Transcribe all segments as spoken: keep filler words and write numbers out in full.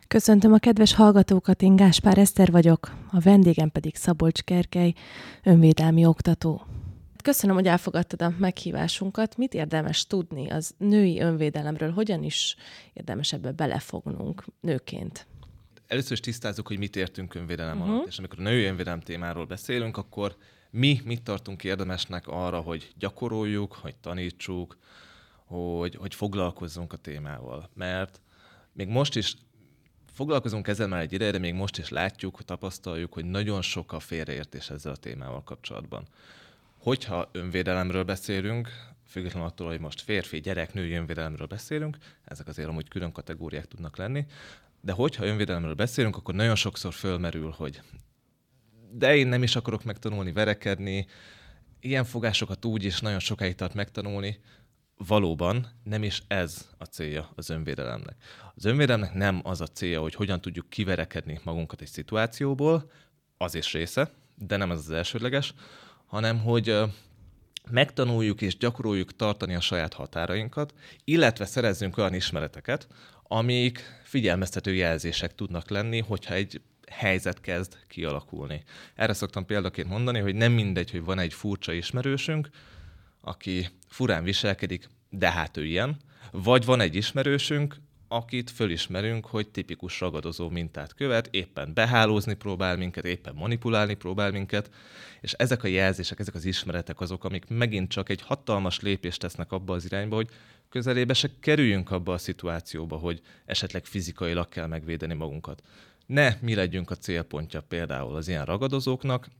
Köszöntöm a kedves hallgatókat, én Gáspár Eszter vagyok, a vendégem pedig Szabolcs Gergely, önvédelmi oktató. Köszönöm, hogy elfogadtad a meghívásunkat. Mit érdemes tudni az női önvédelemről? Hogyan is érdemes ebbe belefognunk nőként? Először is tisztázzuk, hogy mit értünk önvédelem Uh-huh. alatt, és amikor a női önvédelem témáról beszélünk, akkor mi mit tartunk érdemesnek arra, hogy gyakoroljuk, hogy tanítsuk, hogy, hogy foglalkozzunk a témával. Mert még most is foglalkozunk ezzel már egy ideje, de még most is látjuk, tapasztaljuk, hogy nagyon sok a félreértés ezzel a témával kapcsolatban. Hogyha önvédelemről beszélünk, függetlenül attól, hogy most férfi, gyerek, női önvédelemről beszélünk, ezek azért amúgy külön kategóriák tudnak lenni, de hogyha önvédelemről beszélünk, akkor nagyon sokszor fölmerül, hogy de én nem is akarok megtanulni verekedni, ilyen fogásokat úgy is nagyon sokáig tart megtanulni. Valóban nem is ez a célja az önvédelemnek. Az önvédelemnek nem az a célja, hogy hogyan tudjuk kiverekedni magunkat egy szituációból, az is része, de nem ez az elsődleges, hanem hogy megtanuljuk és gyakoroljuk tartani a saját határainkat, illetve szerezzünk olyan ismereteket, amik figyelmeztető jelzések tudnak lenni, hogyha egy helyzet kezd kialakulni. Erre szoktam példaként mondani, hogy nem mindegy, hogy van egy furcsa ismerősünk, aki furán viselkedik, de hát ő ilyen, vagy van egy ismerősünk, akit fölismerünk, hogy tipikus ragadozó mintát követ, éppen behálózni próbál minket, éppen manipulálni próbál minket, és ezek a jelzések, ezek az ismeretek azok, amik megint csak egy hatalmas lépést tesznek abba az irányba, hogy közelébe se kerüljünk abba a szituációba, hogy esetleg fizikailag kell megvédeni magunkat. Ne mi legyünk a célpontja például az ilyen ragadozóknak,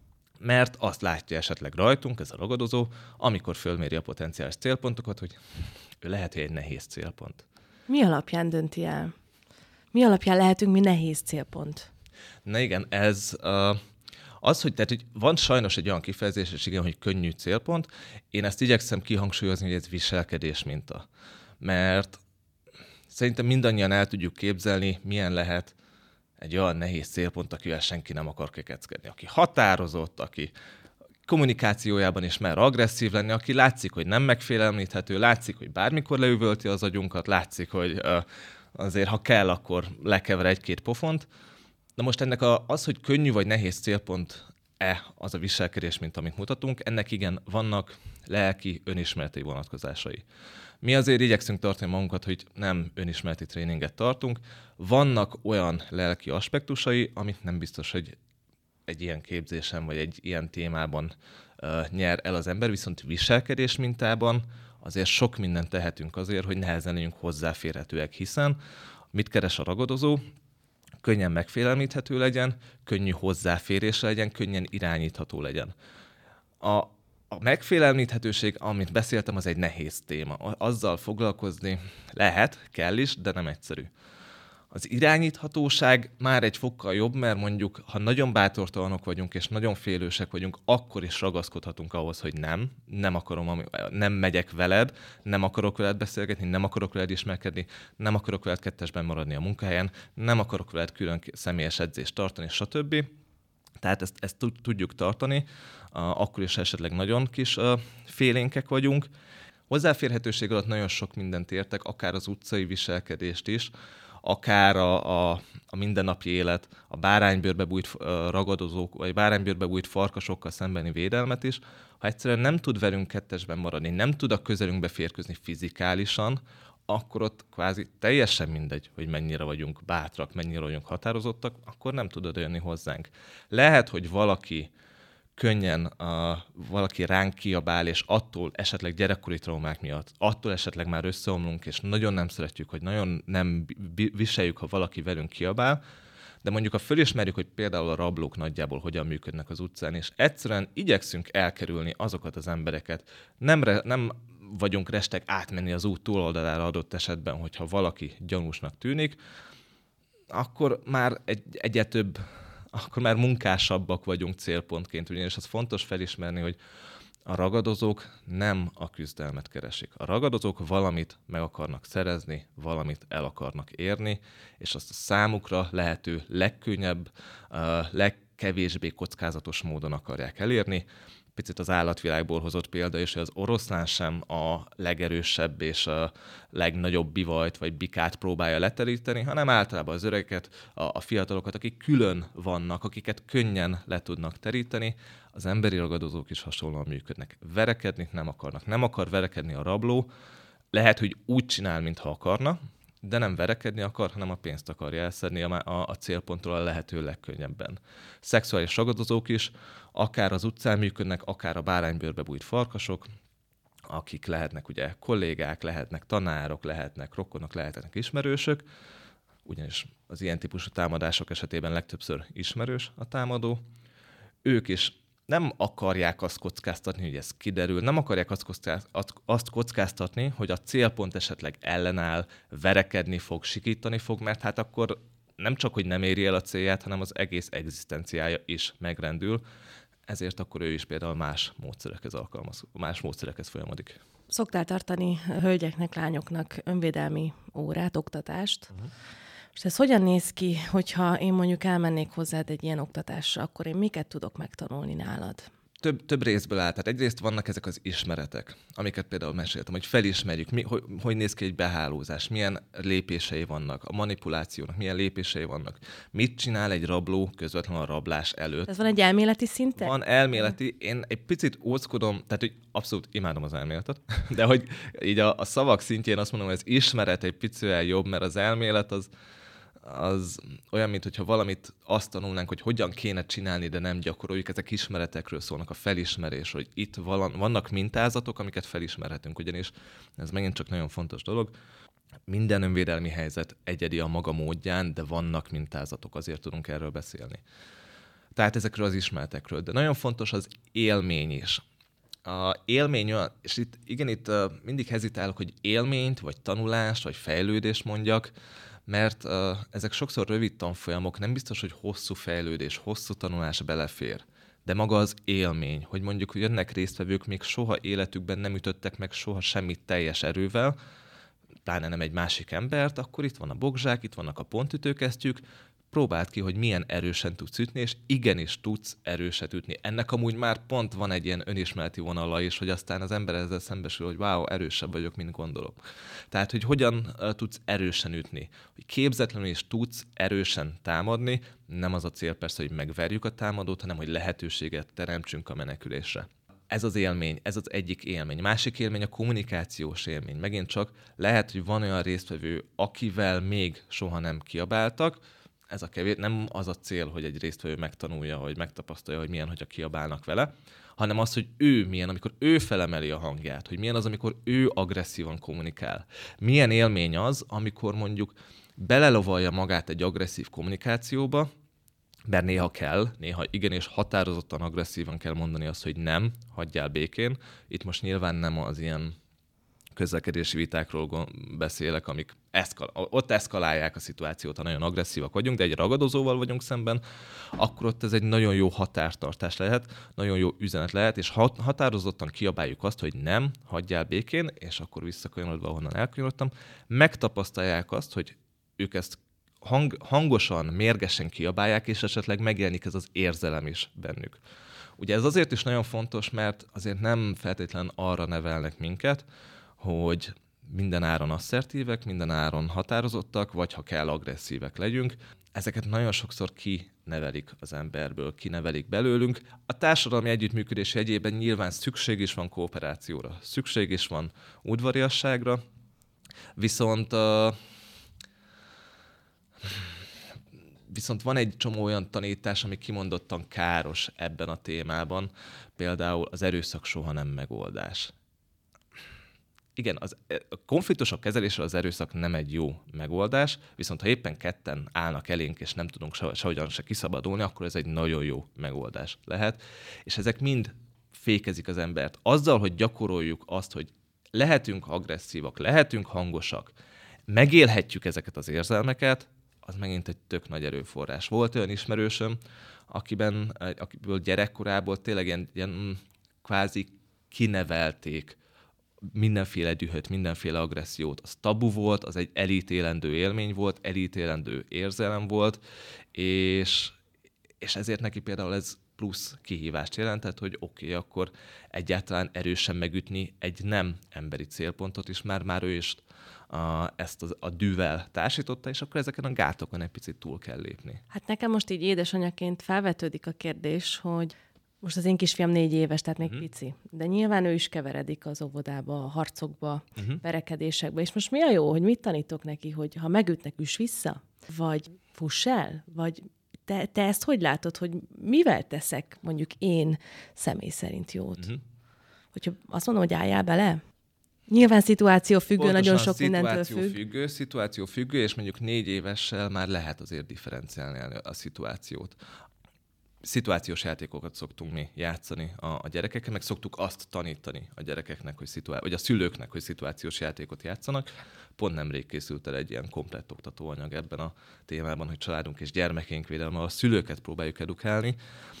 mert azt látja esetleg rajtunk, ez a ragadozó, amikor fölméri a potenciális célpontokat, hogy ő lehet, hogy egy nehéz célpont. Mi alapján dönti el? Mi alapján lehetünk mi nehéz célpont? Na igen, ez uh, az, hogy, tehát, hogy van sajnos egy olyan kifejezés, és igen, hogy könnyű célpont. Én ezt igyekszem kihangsúlyozni, hogy ez viselkedés minta. Mert szerintem mindannyian el tudjuk képzelni, milyen lehet egy olyan nehéz célpont, akivel senki nem akar kekeckedni. Aki határozott, aki kommunikációjában is mer agresszív lenni, aki látszik, hogy nem megfélemlíthető, látszik, hogy bármikor leüvölti az agyunkat, látszik, hogy uh, azért, ha kell, akkor lekever egy-két pofont. De most ennek a, az, hogy könnyű vagy nehéz célpont-e az a viselkedés, mint amit mutatunk, ennek igen vannak lelki, önismereti vonatkozásai. Mi azért igyekszünk tartani magunkat, hogy nem önismereti tréninget tartunk. Vannak olyan lelki aspektusai, amit nem biztos, hogy egy ilyen képzésen vagy egy ilyen témában uh, nyer el az ember, viszont viselkedés mintában azért sok mindent tehetünk azért, hogy nehezen legyünk hozzáférhetőek, hiszen mit keres a ragadozó? Könnyen megfélemlíthető legyen, könnyű hozzáférés legyen, könnyen irányítható legyen. A A megfélemlíthetőség, amit beszéltem, az egy nehéz téma. Azzal foglalkozni lehet, kell is, de nem egyszerű. Az irányíthatóság már egy fokkal jobb, mert mondjuk, ha nagyon bátortalanok vagyunk, és nagyon félősek vagyunk, akkor is ragaszkodhatunk ahhoz, hogy nem, nem akarom, nem megyek veled, nem akarok veled beszélgetni, nem akarok veled ismerkedni, nem akarok veled kettesben maradni a munkahelyen, nem akarok veled külön személyes edzést tartani, stb. Tehát ezt, ezt tudjuk tartani, akkor is esetleg nagyon kis félénkek vagyunk. Hozzáférhetőség alatt nagyon sok mindent értek, akár az utcai viselkedést is, akár a, a, a mindennapi élet, a báránybőrbe bújt ragadozók, vagy báránybőrbe bújt farkasokkal szembeni védelmet is. Ha egyszerűen nem tud velünk kettesben maradni, nem tud a közelünkbe férkőzni fizikálisan, akkor ott kvázi teljesen mindegy, hogy mennyire vagyunk bátrak, mennyire vagyunk határozottak, akkor nem tud odajönni hozzánk. Lehet, hogy valaki könnyen uh, valaki ránk kiabál, és attól esetleg gyerekkori traumák miatt, attól esetleg már összeomlunk, és nagyon nem szeretjük, hogy nagyon nem viseljük, ha valaki velünk kiabál, de mondjuk, ha fölismerjük, hogy például a rablók nagyjából hogyan működnek az utcán, és egyszerűen igyekszünk elkerülni azokat az embereket, nem, re, nem vagyunk restek átmenni az út túloldalára adott esetben, hogyha valaki gyanúsnak tűnik, akkor már egy, egyre több, akkor már munkásabbak vagyunk célpontként, ugyanis az fontos felismerni, hogy a ragadozók nem a küzdelmet keresik. A ragadozók valamit meg akarnak szerezni, valamit el akarnak érni, és azt a számukra lehető legkönnyebb, legkevésbé kockázatos módon akarják elérni. picit az állatvilágból hozott példa, és hogy az oroszlán sem a legerősebb és a legnagyobb bivajt vagy bikát próbálja leteríteni, hanem általában az öregeket, a, a fiatalokat, akik külön vannak, akiket könnyen le tudnak teríteni. Az emberi ragadozók is hasonlóan működnek. Verekedni nem akarnak. Nem akar verekedni a rabló. Lehet, hogy úgy csinál, mintha akarna, de nem verekedni akar, hanem a pénzt akarja elszedni a, a, a célponttól a lehető legkönnyebben. Szexuális ragadozók is, akár az utcán működnek, akár a báránybőrbe bújt farkasok, akik lehetnek ugye kollégák, lehetnek tanárok, lehetnek rokonok, lehetnek ismerősök, ugyanis az ilyen típusú támadások esetében legtöbbször ismerős a támadó. Ők is nem akarják azt kockáztatni, hogy ez kiderül, nem akarják azt kockáztatni, hogy a célpont esetleg ellenáll, verekedni fog, sikítani fog, mert hát akkor nem csak, hogy nem éri el a célját, hanem az egész egzisztenciája is megrendül, ezért akkor ő is például más módszerekhez alkalmaz, más módszerekhez folyamodik. Szoktál tartani hölgyeknek, lányoknak önvédelmi órát, oktatást. Uh-huh. És ez hogyan néz ki, hogyha én mondjuk elmennék hozzád egy ilyen oktatásra, akkor én miket tudok megtanulni nálad? Több, több részből áll. Tehát egyrészt vannak ezek az ismeretek, amiket például meséltem, hogy felismerjük, mi, hogy, hogy néz ki egy behálózás, milyen lépései vannak, a manipulációnak milyen lépései vannak, mit csinál egy rabló közvetlenül a rablás előtt. Ez van egy elméleti szinte? Van elméleti, én egy picit óckodom, tehát hogy abszolút imádom az elméletet, de hogy így a, a szavak szintjén azt mondom, hogy az ismeret egy picivel jobb, mert az elmélet az az olyan, mintha valamit azt tanulnánk, hogy hogyan kéne csinálni, de nem gyakoroljuk. Ezek ismeretekről szólnak, a felismerés, hogy itt vannak mintázatok, amiket felismerhetünk, ugyanis ez megint csak nagyon fontos dolog. Minden önvédelmi helyzet egyedi a maga módján, de vannak mintázatok, azért tudunk erről beszélni. Tehát ezekről az ismeretekről. De nagyon fontos az élmény is. A élmény, és itt, igen, itt mindig hezitálok, hogy élményt, vagy tanulást, vagy fejlődést mondjak, mert uh, ezek sokszor rövid tanfolyamok, nem biztos, hogy hosszú fejlődés, hosszú tanulás belefér. De maga az élmény, hogy mondjuk jönnek résztvevők, még soha életükben nem ütöttek meg soha semmit teljes erővel, pláne nem egy másik embert, akkor itt van a bokzsák, itt vannak a pontütőkesztyűk, próbáld ki, hogy milyen erősen tudsz ütni, és igenis tudsz erőset ütni. Ennek amúgy már pont van egy ilyen önismereti vonala is, hogy aztán az ember ezzel szembesül, hogy wow, erősebb vagyok, mint gondolom. Tehát, hogy hogyan uh, tudsz erősen ütni. Hogy képzetlenül is tudsz erősen támadni, nem az a cél persze, hogy megverjük a támadót, hanem hogy lehetőséget teremtsünk a menekülésre. Ez az élmény, ez az egyik élmény. Másik élmény a kommunikációs élmény. Megint csak lehet, hogy van olyan résztvevő, akivel még soha nem kiabáltak. Ez a kevés, nem az a cél, hogy egy résztvevő megtanulja, hogy megtapasztalja, hogy milyen, hogyha kiabálnak vele, hanem az, hogy ő milyen, amikor ő felemeli a hangját, hogy milyen az, amikor ő agresszívan kommunikál. Milyen élmény az, amikor mondjuk belelovalja magát egy agresszív kommunikációba, mert néha kell, néha igenis határozottan agresszívan kell mondani azt, hogy nem, hagyjál békén. Itt most nyilván nem az ilyen közlekedési vitákról beszélek, amik eszkal- ott eszkalálják a szituációt, ha nagyon agresszívak vagyunk, de egy ragadozóval vagyunk szemben, akkor ott ez egy nagyon jó határtartás lehet, nagyon jó üzenet lehet, és hat- határozottan kiabáljuk azt, hogy nem, hagyjál békén, és akkor visszakanyarodva, ahonnan elkanyarodtam, megtapasztalják azt, hogy ők ezt hang- hangosan, mérgesen kiabálják, és esetleg megjelenik ez az érzelem is bennük. Ugye ez azért is nagyon fontos, mert azért nem feltétlen arra nevelnek minket, hogy minden áron asszertívek, minden áron határozottak, vagy ha kell, agresszívek legyünk. Ezeket nagyon sokszor kinevelik az emberből, kinevelik belőlünk. A társadalmi együttműködés jegyében nyilván szükség is van kooperációra, szükség is van udvariasságra, viszont, uh, viszont van egy csomó olyan tanítás, ami kimondottan káros ebben a témában, például az erőszak soha nem megoldás. Igen, az, a konfliktusok kezelésre az erőszak nem egy jó megoldás, viszont ha éppen ketten állnak elénk, és nem tudunk se, sehogyan se kiszabadulni, akkor ez egy nagyon jó megoldás lehet. És ezek mind fékezik az embert. Azzal, hogy gyakoroljuk azt, hogy lehetünk agresszívak, lehetünk hangosak, megélhetjük ezeket az érzelmeket, az megint egy tök nagy erőforrás. Volt olyan ismerősöm, akiben, akiből gyerekkorából tényleg ilyen, ilyen kvázi kinevelték mindenféle dühöt, mindenféle agressziót. Az tabu volt, az egy elítélendő élmény volt, elítélendő érzelem volt, és, és ezért neki például ez plusz kihívást jelentett, hogy oké, okay, akkor egyáltalán erősen megütni egy nem emberi célpontot is, már már ő is a, ezt az, a dűvel társította, és akkor ezeken a gátokon egy picit túl kell lépni. Hát nekem most így édesanyaként felvetődik a kérdés, hogy most az én kisfiam négy éves, tehát még uh-huh. pici, de nyilván ő is keveredik az óvodába, a harcokba, uh-huh. verekedésekbe, és most mi a jó, hogy mit tanítok neki, hogy ha megütnek, üss vissza? Vagy fuss el? Vagy te, te ezt hogy látod, hogy mivel teszek mondjuk én személy szerint jót? Uh-huh. Hogyha azt mondom, hogy álljál bele? Nyilván szituáció függő, pontosan, nagyon sok mindentől függ. Függő, szituáció függő, és mondjuk négy évessel már lehet azért differenciálni a szituációt. Szituációs játékokat szoktunk mi játszani a, a gyerekekkel, meg szoktuk azt tanítani a gyerekeknek, hogy szituá- vagy a szülőknek, hogy szituációs játékot játszanak. Pont nemrég készült el egy ilyen komplett oktatóanyag ebben a témában, hogy családunk és gyermekénk védelme, a szülőket próbáljuk edukálni,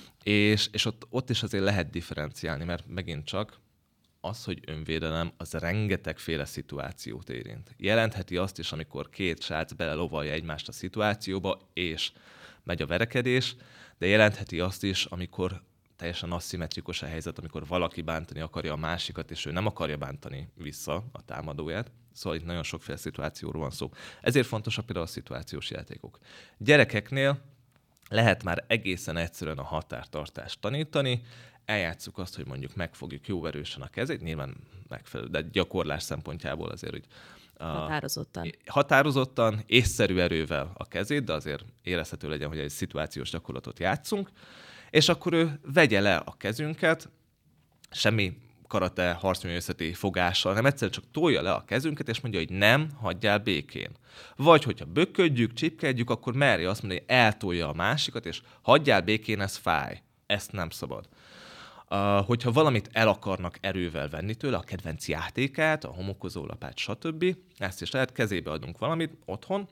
és, és ott, ott is azért lehet differenciálni, mert megint csak az, hogy önvédelem, az rengetegféle szituációt érint. Jelentheti azt is, amikor két srác belelovalja egymást a szituációba, és megy a verekedés, de jelentheti azt is, amikor teljesen aszimmetrikus a helyzet, amikor valaki bántani akarja a másikat, és ő nem akarja bántani vissza a támadóját. Szóval itt nagyon sokféle szituációról van szó. Ezért fontosak például a szituációs játékok. Gyerekeknél lehet már egészen egyszerűen a határtartást tanítani, eljátsszuk azt, hogy mondjuk megfogjuk jó erősen a kezét, nyilván megfelelő, de gyakorlás szempontjából azért, hogy határozottan. Határozottan, észszerű erővel a kezét, de azért érezhető legyen, hogy egy szituációs gyakorlatot játszunk, és akkor ő vegye le a kezünket, semmi karate harcművészeti fogással, hanem egyszerűen csak tolja le a kezünket, és mondja, hogy nem, hagyjál békén. Vagy hogyha böködjük, csipkedjük, akkor merje azt mondani, hogy eltolja a másikat, és hagyjál békén, ez fáj. Ezt nem szabad. Uh, hogyha valamit el akarnak erővel venni tőle, a kedvenc játékát, a homokozólapát, stb., ezt is lehet, kezébe adunk valamit otthon,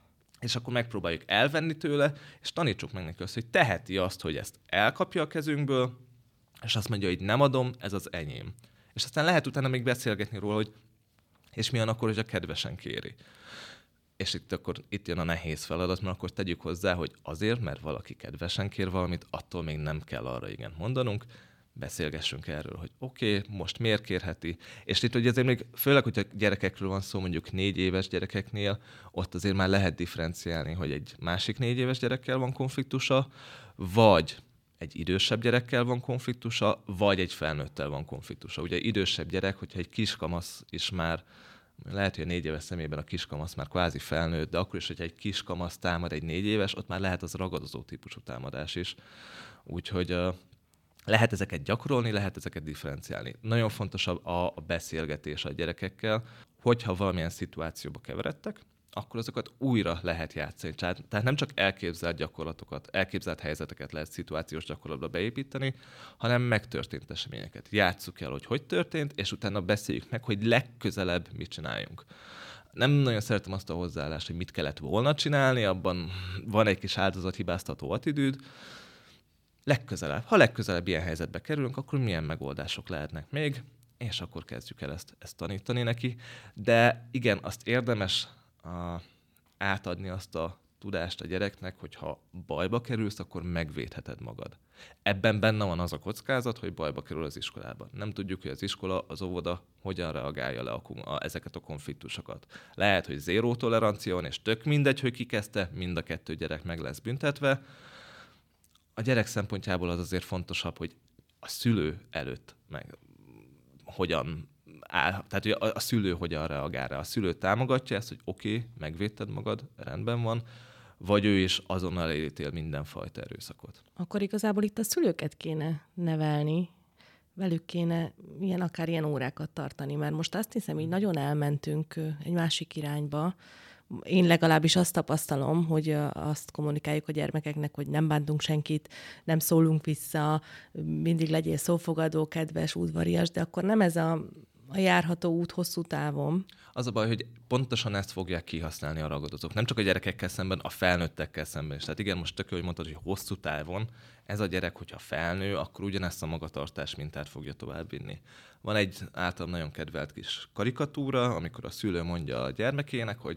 és akkor megpróbáljuk elvenni tőle, és tanítsuk meg neki azt, hogy teheti azt, hogy ezt elkapja a kezünkből, és azt mondja, hogy nem adom, ez az enyém. És aztán lehet utána még beszélgetni róla, hogy és milyen akkor, hogy a kedvesen kéri. És itt akkor itt jön a nehéz feladat, mert akkor tegyük hozzá, hogy azért, mert valaki kedvesen kér valamit, attól még nem kell arra igent mondanunk, beszélgessünk erről, hogy oké, okay, most miért kérheti. És itt ugye azért még, főleg, hogyha gyerekekről van szó, mondjuk négy éves gyerekeknél, ott azért már lehet differenciálni, hogy egy másik négy éves gyerekkel van konfliktusa, vagy egy idősebb gyerekkel van konfliktusa, vagy egy felnőttel van konfliktusa. Ugye idősebb gyerek, hogyha egy kiskamasz is már, lehet, hogy a négy éves szemében a kiskamasz már kvázi felnőtt, de akkor is, hogyha egy kiskamasz támad egy négy éves, ott már lehet az ragadozó típusú támadás is. Úgyhogy uh, lehet ezeket gyakorolni, lehet ezeket differenciálni. Nagyon fontos a, a beszélgetés a gyerekekkel, hogyha valamilyen szituációba keveredtek, akkor azokat újra lehet játszani. Tehát nem csak elképzelt gyakorlatokat, elképzelt helyzeteket lehet szituációs gyakorlatba beépíteni, hanem megtörtént eseményeket. Játsszuk el, hogy hogy történt, és utána beszéljük meg, hogy legközelebb mit csináljunk. Nem nagyon szeretem azt a hozzáállást, hogy mit kellett volna csinálni, abban van egy kis áldozathibáztató attitűd. Legközelebb, ha legközelebb ilyen helyzetbe kerülünk, akkor milyen megoldások lehetnek még, és akkor kezdjük el ezt, ezt tanítani neki. De igen, azt érdemes a, átadni azt a tudást a gyereknek, hogy ha bajba kerülsz, akkor megvédheted magad. Ebben benne van az a kockázat, hogy bajba kerül az iskolában. Nem tudjuk, hogy az iskola, az óvoda hogyan reagálja le a, a, ezeket a konfliktusokat. Lehet, hogy zéró tolerancia van, és tök mindegy, hogy ki kezdte, mind a kettő gyerek meg lesz büntetve. A gyerek szempontjából az azért fontosabb, hogy a szülő előtt meg hogyan áll, tehát hogy a, a szülő hogyan reagál rá. A szülő támogatja ezt, hogy oké, okay, megvédted magad, rendben van, vagy ő is azonnal elítél mindenfajta erőszakot. Akkor igazából itt a szülőket kéne nevelni, velük kéne ilyen, akár ilyen órákat tartani, mert most azt hiszem, így nagyon elmentünk egy másik irányba. Én legalábbis azt tapasztalom, hogy azt kommunikáljuk a gyermekeknek, hogy nem bántunk senkit, nem szólunk vissza, mindig legyél szófogadó, kedves, udvarias, de akkor nem ez a, a járható út hosszú távon. Az a baj, hogy pontosan ezt fogják kihasználni a ragadozók. Nem csak a gyerekekkel szemben, a felnőttekkel szemben is. Tehát igen, most tök jó, hogy mondtad, hogy hosszú távon ez a gyerek, hogyha felnő, akkor ugyanezt a magatartás mintát fogja továbbvinni. Van egy általam nagyon kedvelt kis karikatúra, amikor a szülő mondja a gyermekének, hogy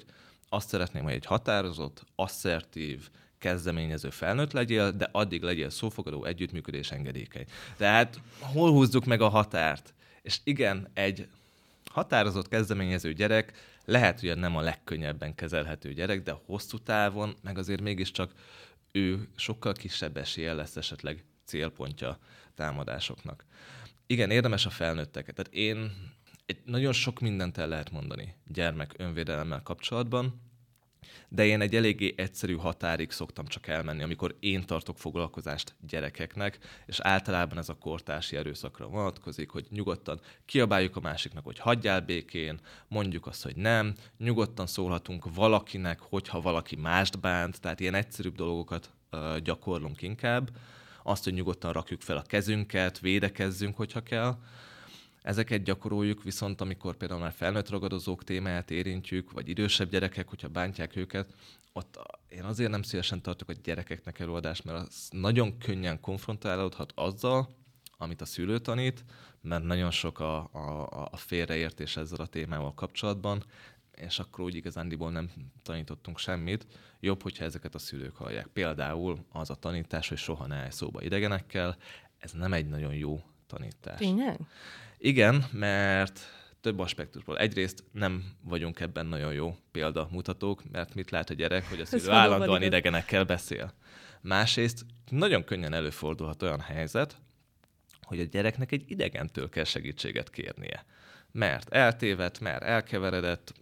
azt szeretném, hogy egy határozott, asszertív, kezdeményező felnőtt legyél, de addig legyél szófogadó, együttműködés, engedékeny. Tehát hol húzzuk meg a határt? És igen, egy határozott, kezdeményező gyerek lehet, hogy nem a legkönnyebben kezelhető gyerek, de hosszú távon meg azért mégiscsak ő sokkal kisebb eséllyel lesz esetleg célpontja támadásoknak. Igen, érdemes a felnőtteket. Tehát én egy nagyon sok mindent el lehet mondani gyermek önvédelemmel kapcsolatban, de én egy eléggé egyszerű határig szoktam csak elmenni, amikor én tartok foglalkozást gyerekeknek, és általában ez a kortársi erőszakra vonatkozik, hogy nyugodtan kiabáljuk a másiknak, hogy hagyjál békén, mondjuk azt, hogy nem, nyugodtan szólhatunk valakinek, hogyha valaki mást bánt, tehát ilyen egyszerűbb dolgokat uh, gyakorlunk inkább, azt, hogy nyugodtan rakjuk fel a kezünket, védekezzünk, hogyha kell. Ezeket gyakoroljuk, viszont amikor például már felnőtt ragadozók témáját érintjük, vagy idősebb gyerekek, hogyha bántják őket, ott én azért nem szívesen tartok a gyerekeknek előadást, mert az nagyon könnyen konfrontálódhat azzal, amit a szülő tanít, mert nagyon sok a, a, a félreértés ezzel a témával kapcsolatban, és akkor úgy igazándiból nem tanítottunk semmit. Jobb, hogyha ezeket a szülők hallják. Például az a tanítás, hogy soha ne állj szóba idegenekkel, ez nem egy nagyon jó tanítás. Tényleg? Igen, mert több aspektusból. Egyrészt nem vagyunk ebben nagyon jó példamutatók, mert mit lát a gyerek, hogy a szülő állandóan idegenekkel beszél. Másrészt nagyon könnyen előfordulhat olyan helyzet, hogy a gyereknek egy idegentől kell segítséget kérnie. Mert eltévedt, mert elkeveredett,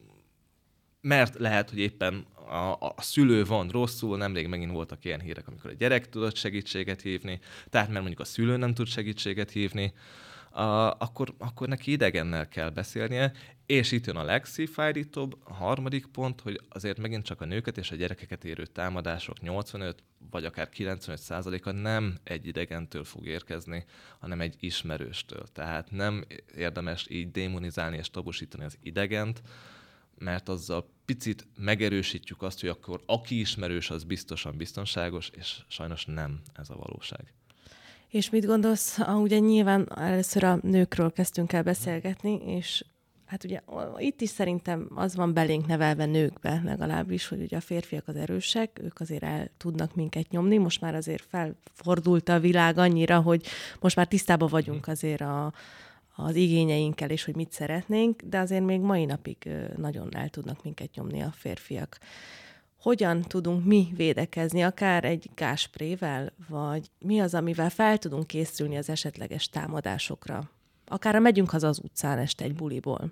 mert lehet, hogy éppen a, a szülő van rosszul, nemrég megint voltak ilyen hírek, amikor a gyerek tudott segítséget hívni, tehát mert mondjuk a szülő nem tud segítséget hívni, Uh, akkor, akkor neki idegennel kell beszélnie, és itt jön a legszívfájdítóbb, a harmadik pont, hogy azért megint csak a nőket és a gyerekeket érő támadások nyolcvanöt vagy akár kilencvenöt százaléka nem egy idegentől fog érkezni, hanem egy ismerőstől. Tehát nem érdemes így démonizálni és tabusítani az idegent, mert azzal picit megerősítjük azt, hogy akkor aki ismerős, az biztosan biztonságos, és sajnos nem ez a valóság. És mit gondolsz, ugye nyilván először a nőkről kezdtünk el beszélgetni, és hát ugye itt is szerintem az van belénk nevelve nőkbe legalábbis, hogy ugye a férfiak az erősek, ők azért el tudnak minket nyomni, most már azért felfordult a világ annyira, hogy most már tisztában vagyunk azért a, az igényeinkkel, és hogy mit szeretnénk, de azért még mai napig nagyon el tudnak minket nyomni a férfiak. Hogyan tudunk mi védekezni, akár egy gázsprével, vagy mi az, amivel fel tudunk készülni az esetleges támadásokra? Akár ha megyünk haza az utcán este egy buliból.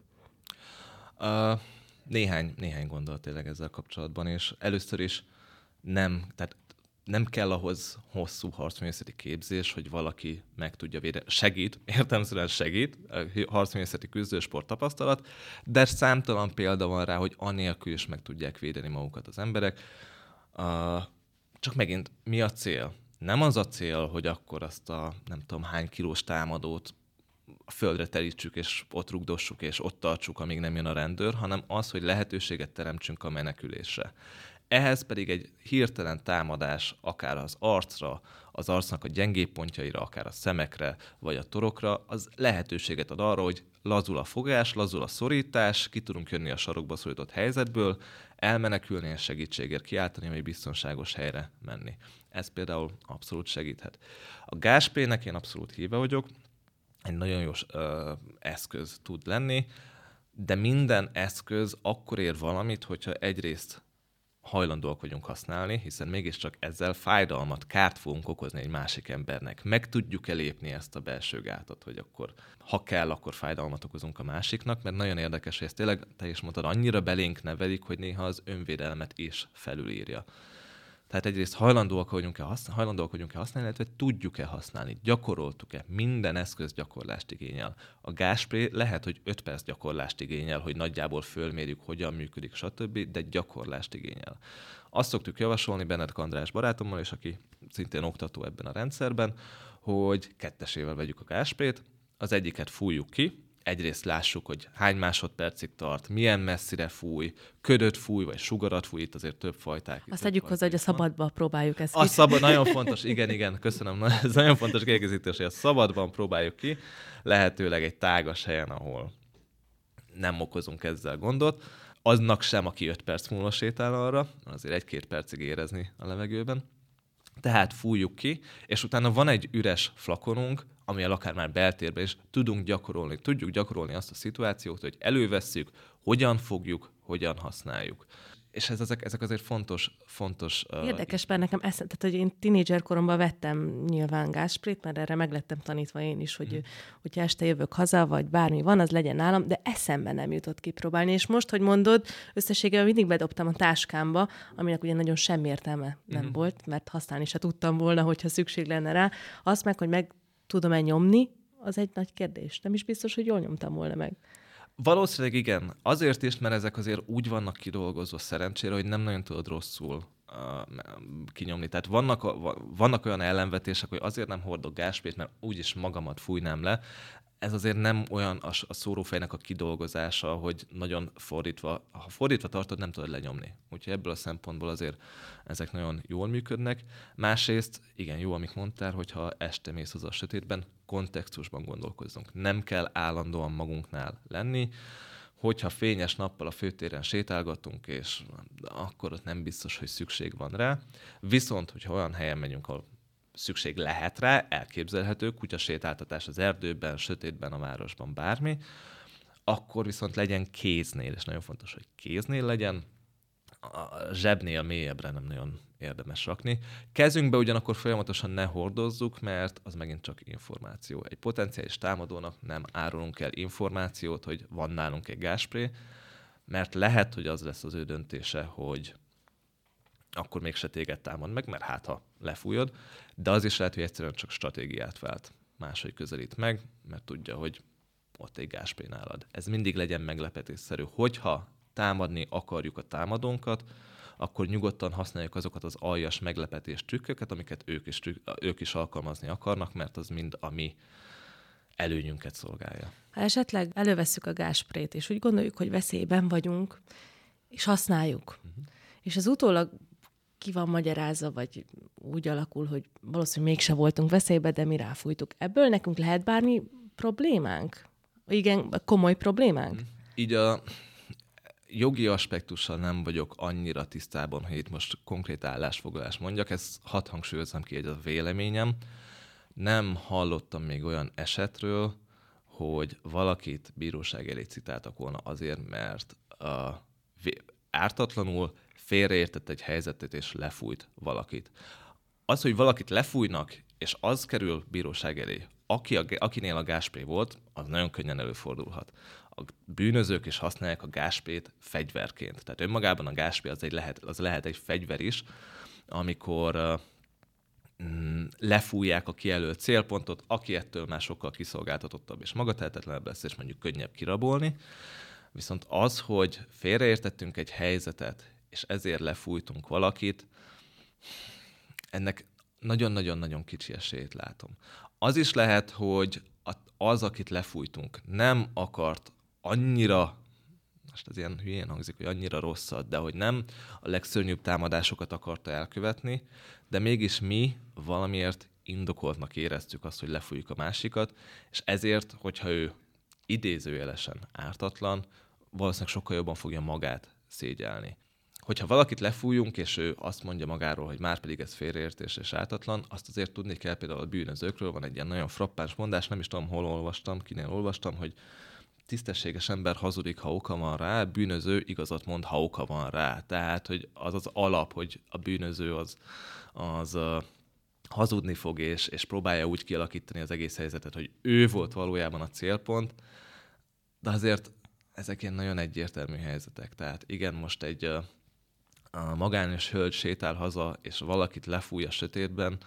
Uh, néhány, néhány gondolat tényleg ezzel kapcsolatban, és először is nem, tehát nem kell ahhoz hosszú harcművészeti képzés, hogy valaki meg tudja védeni. Segít, értelemszerűen segít, harcművészeti küzdősport tapasztalat, de számtalan példa van rá, hogy anélkül is meg tudják védeni magukat az emberek. Uh, csak megint, mi a cél? Nem az a cél, hogy akkor azt a nem tudom hány kilós támadót a földre terítsük, és ott rugdossuk, és ott tartsuk, amíg nem jön a rendőr, hanem az, hogy lehetőséget teremtsünk a menekülésre. Ehhez pedig egy hirtelen támadás akár az arcra, az arcnak a gyengébb pontjaira, akár a szemekre, vagy a torokra, az lehetőséget ad arra, hogy lazul a fogás, lazul a szorítás, ki tudunk jönni a sarokba szorított helyzetből, elmenekülni és segítségért kiáltani, vagy biztonságos helyre menni. Ez például abszolút segíthet. A gázsprének én abszolút híve vagyok, egy nagyon jó ö, eszköz tud lenni, de minden eszköz akkor ér valamit, hogyha egyrészt hajlandóak vagyunk használni, hiszen mégiscsak ezzel fájdalmat, kárt fogunk okozni egy másik embernek. Meg tudjuk elépni ezt a belső gátat, hogy akkor, ha kell, akkor fájdalmat okozunk a másiknak, mert nagyon érdekes, hogy ezt tényleg, te is mondtad, annyira belénk nevelik, hogy néha az önvédelmet is felülírja. Tehát egyrészt hajlandóak vagyunk-e használni, hajlandóak vagyunk-e használni, illetve tudjuk-e használni, gyakoroltuk-e, minden eszköz gyakorlást igényel. A gázspré lehet, hogy öt perc gyakorlást igényel, hogy nagyjából fölmérjük, hogyan működik, stb., de gyakorlást igényel. Azt szoktuk javasolni Benedek András barátommal, és aki szintén oktató ebben a rendszerben, hogy kettesével vegyük a gázsprét, az egyiket fújjuk ki, egyrészt lássuk, hogy hány másodpercig tart, milyen messzire fúj, ködöt fúj, vagy sugarat fúj, itt azért több fajták. Azt tegyük hozzá, hogy a szabadba próbáljuk ezt ki. A szabad, nagyon fontos, igen, igen, köszönöm. Ez nagyon fontos kiegészítés, hogy a szabadban próbáljuk ki, lehetőleg egy tágas helyen, ahol nem okozunk ezzel gondot. aznak sem, aki öt perc múlva sétál arra, azért egy-két percig érezni a levegőben. Tehát fújjuk ki, és utána van egy üres flakonunk, amivel akár már beltérben is tudunk gyakorolni. Tudjuk gyakorolni azt a szituációt, hogy elővesszük, hogyan fogjuk, hogyan használjuk. És ez, ezek, ezek azért fontos... fontos Érdekes, uh, mert nekem eszem, tehát, hogy én tínédzser koromban vettem nyilván gázsprét, mert erre meg lettem tanítva én is, hogy, hmm. hogyha este jövök haza, vagy bármi van, az legyen nálam, de eszembe nem jutott kipróbálni. És most, hogy mondod, összességében mindig bedobtam a táskámba, aminek ugye nagyon semmi értelme nem hmm. volt, mert használni se tudtam volna, hogyha szükség lenne rá. Azt meg, hogy meg tudom-e nyomni, az egy nagy kérdés. Nem is biztos, hogy jól nyomtam volna meg. Valószínűleg igen. Azért is, mert ezek azért úgy vannak kidolgozva szerencsére, hogy nem nagyon tudod rosszul uh, kinyomni. Tehát vannak, vannak olyan ellenvetések, hogy azért nem hordok gázsprét, mert úgyis magamat fújnám le. Ez azért nem olyan a, a szórófejnek a kidolgozása, hogy nagyon fordítva, ha fordítva tartod, nem tudod lenyomni. Úgyhogy ebből a szempontból azért ezek nagyon jól működnek. Másrészt, igen, jó, amit mondtál, hogyha este mész haza a sötétben, kontextusban gondolkozzunk. Nem kell állandóan magunknál lenni. Hogyha fényes nappal a főtéren sétálgatunk, és akkor ott nem biztos, hogy szükség van rá. Viszont, hogyha olyan helyen megyünk, ahol szükség lehet rá, elképzelhető, kutyasétáltatás az erdőben, sötétben, a városban, bármi, akkor viszont legyen kéznél, és nagyon fontos, hogy kéznél legyen, a zsebnél mélyebbre nem nagyon érdemes rakni. Kezünkbe ugyanakkor folyamatosan ne hordozzuk, mert az megint csak információ. Egy potenciális támadónak nem árulunk el információt, hogy van nálunk egy gázspré, mert lehet, hogy az lesz az ő döntése, hogy akkor mégse téged támad meg, mert hát ha lefújod, de az is lehet, hogy egyszerűen csak stratégiát vált. Máshogy közelít meg, mert tudja, hogy ott egy gázspré nálad. Ez mindig legyen meglepetésszerű. Hogyha támadni akarjuk a támadónkat, akkor nyugodtan használjuk azokat az aljas meglepetés trükköket, amiket ők is, trükk, ők is alkalmazni akarnak, mert az mind a mi előnyünket szolgálja. Ha esetleg elővesszük a gázsprét, és úgy gondoljuk, hogy veszélyben vagyunk, és használjuk, uh-huh. és az utólag ki van magyarázva, vagy úgy alakul, hogy valószínűleg mégse voltunk veszélybe, de mi ráfújtuk. Ebből nekünk lehet bármi problémánk? Igen, komoly problémánk? Így a jogi aspektussal nem vagyok annyira tisztában, hogy itt most konkrét állásfoglalást mondjak. Ezt hadd hangsúlyozom ki, hogy a véleményem. Nem hallottam még olyan esetről, hogy valakit bíróság elé citáltak volna azért, mert a ártatlanul félreértett egy helyzetet és lefújt valakit. Az, hogy valakit lefújnak, és az kerül bíróság elé, aki a, akinél a gázspré volt, az nagyon könnyen előfordulhat. A bűnözők is használják a gázsprét fegyverként. Tehát önmagában a gázspré az, egy lehet, az lehet egy fegyver is, amikor uh, lefújják a kijelölt célpontot, aki ettől már sokkal kiszolgáltatottabb és magatehetetlenebb lesz, és mondjuk könnyebb kirabolni. Viszont az, hogy félreértettünk egy helyzetet, és ezért lefújtunk valakit, ennek nagyon-nagyon-nagyon kicsi esélyt látom. Az is lehet, hogy az, akit lefújtunk, nem akart annyira, most ez ilyen hülyén hangzik, hogy annyira rosszat, de hogy nem a legszörnyűbb támadásokat akarta elkövetni, de mégis mi valamiért indokoltnak éreztük azt, hogy lefújjuk a másikat, és ezért, hogyha ő idézőjelesen ártatlan, valószínűleg sokkal jobban fogja magát szégyelni. Hogyha valakit lefújunk, és ő azt mondja magáról, hogy már pedig ez félreértés és ártatlan, azt azért tudni kell, például a bűnözőkről van egy ilyen nagyon frappáns mondás, nem is tudom, hol olvastam, kinél olvastam, hogy tisztességes ember hazudik, ha oka van rá, bűnöző igazat mond, ha oka van rá. Tehát, hogy az az alap, hogy a bűnöző az, az uh, hazudni fog, és, és próbálja úgy kialakítani az egész helyzetet, hogy ő volt valójában a célpont, de azért ezek ilyen nagyon egyértelmű helyzetek. Tehát igen, most egy uh, a magányos hölgy sétál haza, és valakit lefúj a sötétben,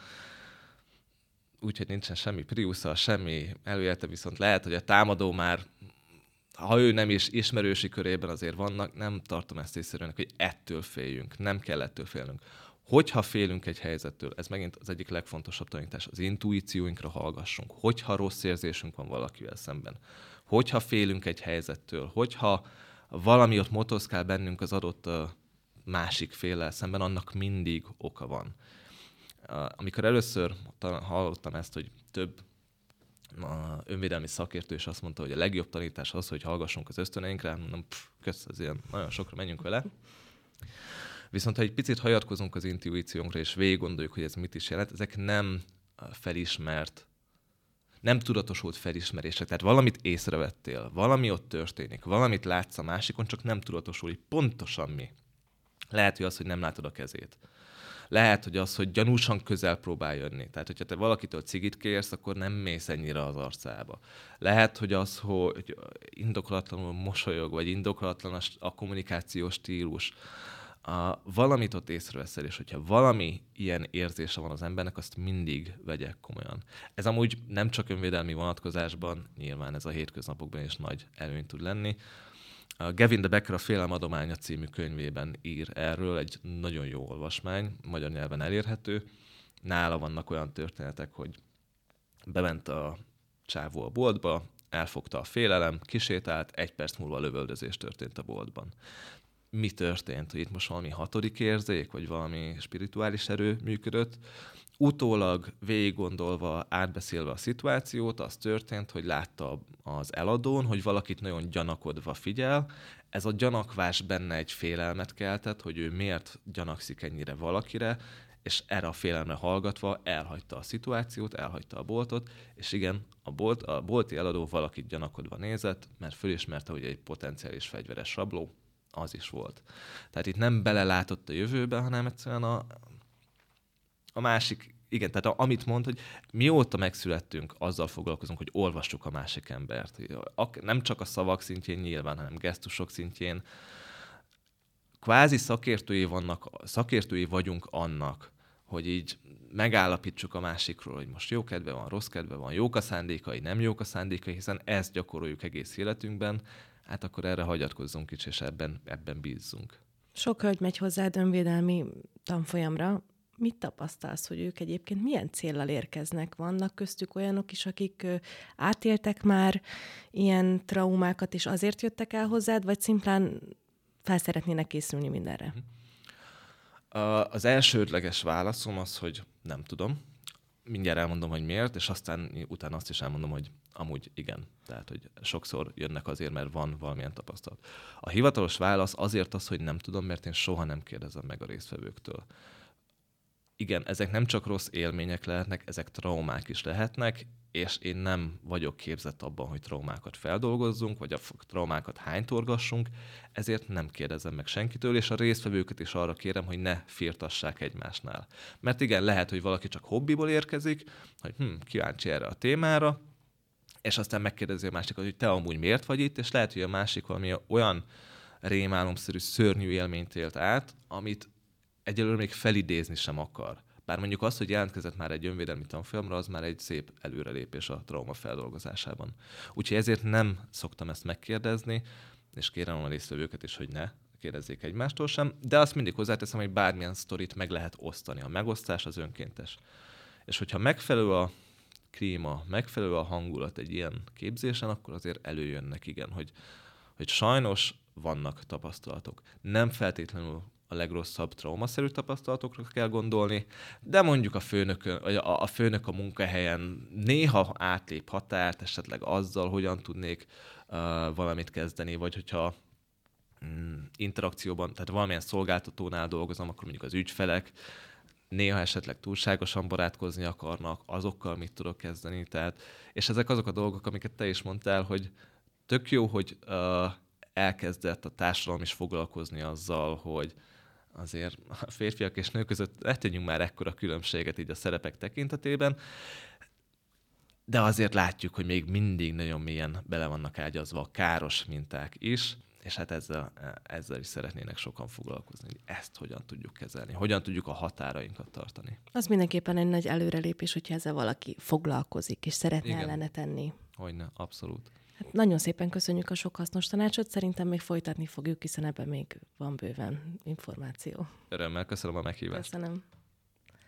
úgyhogy nincsen semmi priusza, semmi előélete, viszont lehet, hogy a támadó már, ha ő nem is ismerősi körében azért vannak, nem tartom ezt észszerűnek, hogy ettől féljünk, nem kell ettől félnünk. Hogyha félünk egy helyzettől, ez megint az egyik legfontosabb tanítás, az intuícióinkra hallgassunk. Hogyha rossz érzésünk van valakivel szemben, hogyha félünk egy helyzettől, hogyha valami ott motoszkál bennünk az adott uh, másik féllel szemben, annak mindig oka van. Uh, amikor először hallottam ezt, hogy több a önvédelmi szakértő is azt mondta, hogy a legjobb tanítás az, hogy hallgassunk az ösztöneinkre. Mondom, pff, kösz, ez ilyen, nagyon sokra menjünk vele. Viszont ha egy picit hagyatkozunk az intuíciónkra, és végig gondoljuk, hogy ez mit is jelent, ezek nem felismert, nem tudatosult felismerések. Tehát valamit észrevettél, valami ott történik, valamit látsz a másikon, csak nem tudatosul, hogy pontosan mi. Lehet, hogy az, hogy nem látod a kezét. Lehet, hogy az, hogy gyanúsan közel próbál jönni. Tehát, hogyha te valakitől cigit kérsz, akkor nem mész ennyire az arcába. Lehet, hogy az, hogy indokolatlanul mosolyog, vagy indokolatlan a, a kommunikációs stílus, a, valamit ott észreveszel, és hogyha valami ilyen érzése van az embernek, azt mindig vegyek komolyan. Ez amúgy nem csak önvédelmi vonatkozásban, nyilván ez a hétköznapokban is nagy előny tud lenni. A Gavin de Becker a Félelem adománya című könyvében ír erről, egy nagyon jó olvasmány, magyar nyelven elérhető. Nála vannak olyan történetek, hogy bement a csávó a boltba, elfogta a félelem, kisétált, egy perc múlva lövöldözés történt a boltban. Mi történt? Hogy itt most valami hatodik érzék, vagy valami spirituális erő működött? Utólag végig gondolva, átbeszélve a szituációt, az történt, hogy látta az eladón, hogy valakit nagyon gyanakodva figyel. Ez a gyanakvás benne egy félelmet keltett, hogy ő miért gyanakszik ennyire valakire, és erre a félelemre hallgatva elhagyta a szituációt, elhagyta a boltot, és igen, a, bolt, a bolti eladó valakit gyanakodva nézett, mert fölismerte, hogy egy potenciális fegyveres rabló, az is volt. Tehát itt nem belelátott a jövőbe, hanem egyszerűen a, a másik, igen, tehát a, amit mond, hogy mióta megszülettünk, azzal foglalkozunk, hogy olvassuk a másik embert. Nem csak a szavak szintjén nyilván, hanem gesztusok szintjén. Kvázi szakértői vannak, szakértői vagyunk annak, hogy így megállapítsuk a másikról, hogy most jó kedve van, rossz kedve van, jók a szándékai, nem jók a szándékai, hiszen ezt gyakoroljuk egész életünkben, hát akkor erre hagyatkozzunk is, és ebben, ebben bízzunk. Sok hölgy megy hozzád önvédelmi tanfolyamra. Mit tapasztalsz, hogy ők egyébként milyen céllal érkeznek? Vannak köztük olyanok is, akik átéltek már ilyen traumákat, és azért jöttek el hozzád, vagy szimplán fel szeretnének készülni mindenre? Az elsődleges válaszom az, hogy nem tudom. Mindjárt elmondom, hogy miért, és aztán utána azt is elmondom, hogy amúgy igen. Tehát, hogy sokszor jönnek azért, mert van valamilyen tapasztalat. A hivatalos válasz azért az, hogy nem tudom, mert én soha nem kérdezem meg a résztvevőktől. Igen, ezek nem csak rossz élmények lehetnek, ezek traumák is lehetnek, és én nem vagyok képzett abban, hogy traumákat feldolgozzunk, vagy a traumákat hánytorgassunk, ezért nem kérdezem meg senkitől, és a résztvevőket is arra kérem, hogy ne firtassák egymásnál. Mert igen, lehet, hogy valaki csak hobbiból érkezik, hogy hm, kíváncsi erre a témára, és aztán megkérdezi a másikat, hogy te amúgy miért vagy itt, és lehet, hogy a másik valami olyan rémálomszerű, szörnyű élményt élt át, amit egyelőre még felidézni sem akar. Bár mondjuk az, hogy jelentkezett már egy önvédelmi tanfolyamra, az már egy szép előrelépés a trauma feldolgozásában. Úgyhogy ezért nem szoktam ezt megkérdezni, és kérem a résztvevőket is, hogy ne kérdezzék egymástól sem, de azt mindig hozzáteszem, hogy bármilyen sztorit meg lehet osztani. A megosztás az önkéntes. És hogyha megfelelő a klíma, megfelelő a hangulat egy ilyen képzésen, akkor azért előjönnek, igen, hogy, hogy sajnos vannak tapasztalatok. Nem feltétlenül a legrosszabb traumaszerű tapasztalatokra kell gondolni, de mondjuk a főnök, a, a főnök a munkahelyen néha átlép határt, esetleg azzal, hogyan tudnék uh, valamit kezdeni, vagy hogyha mm, interakcióban, tehát valamilyen szolgáltatónál dolgozom, akkor mondjuk az ügyfelek néha esetleg túlságosan barátkozni akarnak, azokkal mit tudok kezdeni. Tehát, és ezek azok a dolgok, amiket te is mondtál, hogy tök jó, hogy uh, elkezdett a társadalom is foglalkozni azzal, hogy azért a férfiak és nők között ne tegyünk már ekkora különbséget így a szerepek tekintetében, de azért látjuk, hogy még mindig nagyon mélyen bele vannak ágyazva a káros minták is, és hát ezzel, ezzel is szeretnének sokan foglalkozni, hogy ezt hogyan tudjuk kezelni, hogyan tudjuk a határainkat tartani. Az mindenképpen egy nagy előrelépés, hogyha ezzel valaki foglalkozik, és szeretne Igen. ellene tenni. Hogyne, abszolút. Hát nagyon szépen köszönjük a sok hasznos tanácsot, szerintem még folytatni fogjuk, hiszen ebben még van bőven információ. Örömmel köszönöm a meghívást. Köszönöm.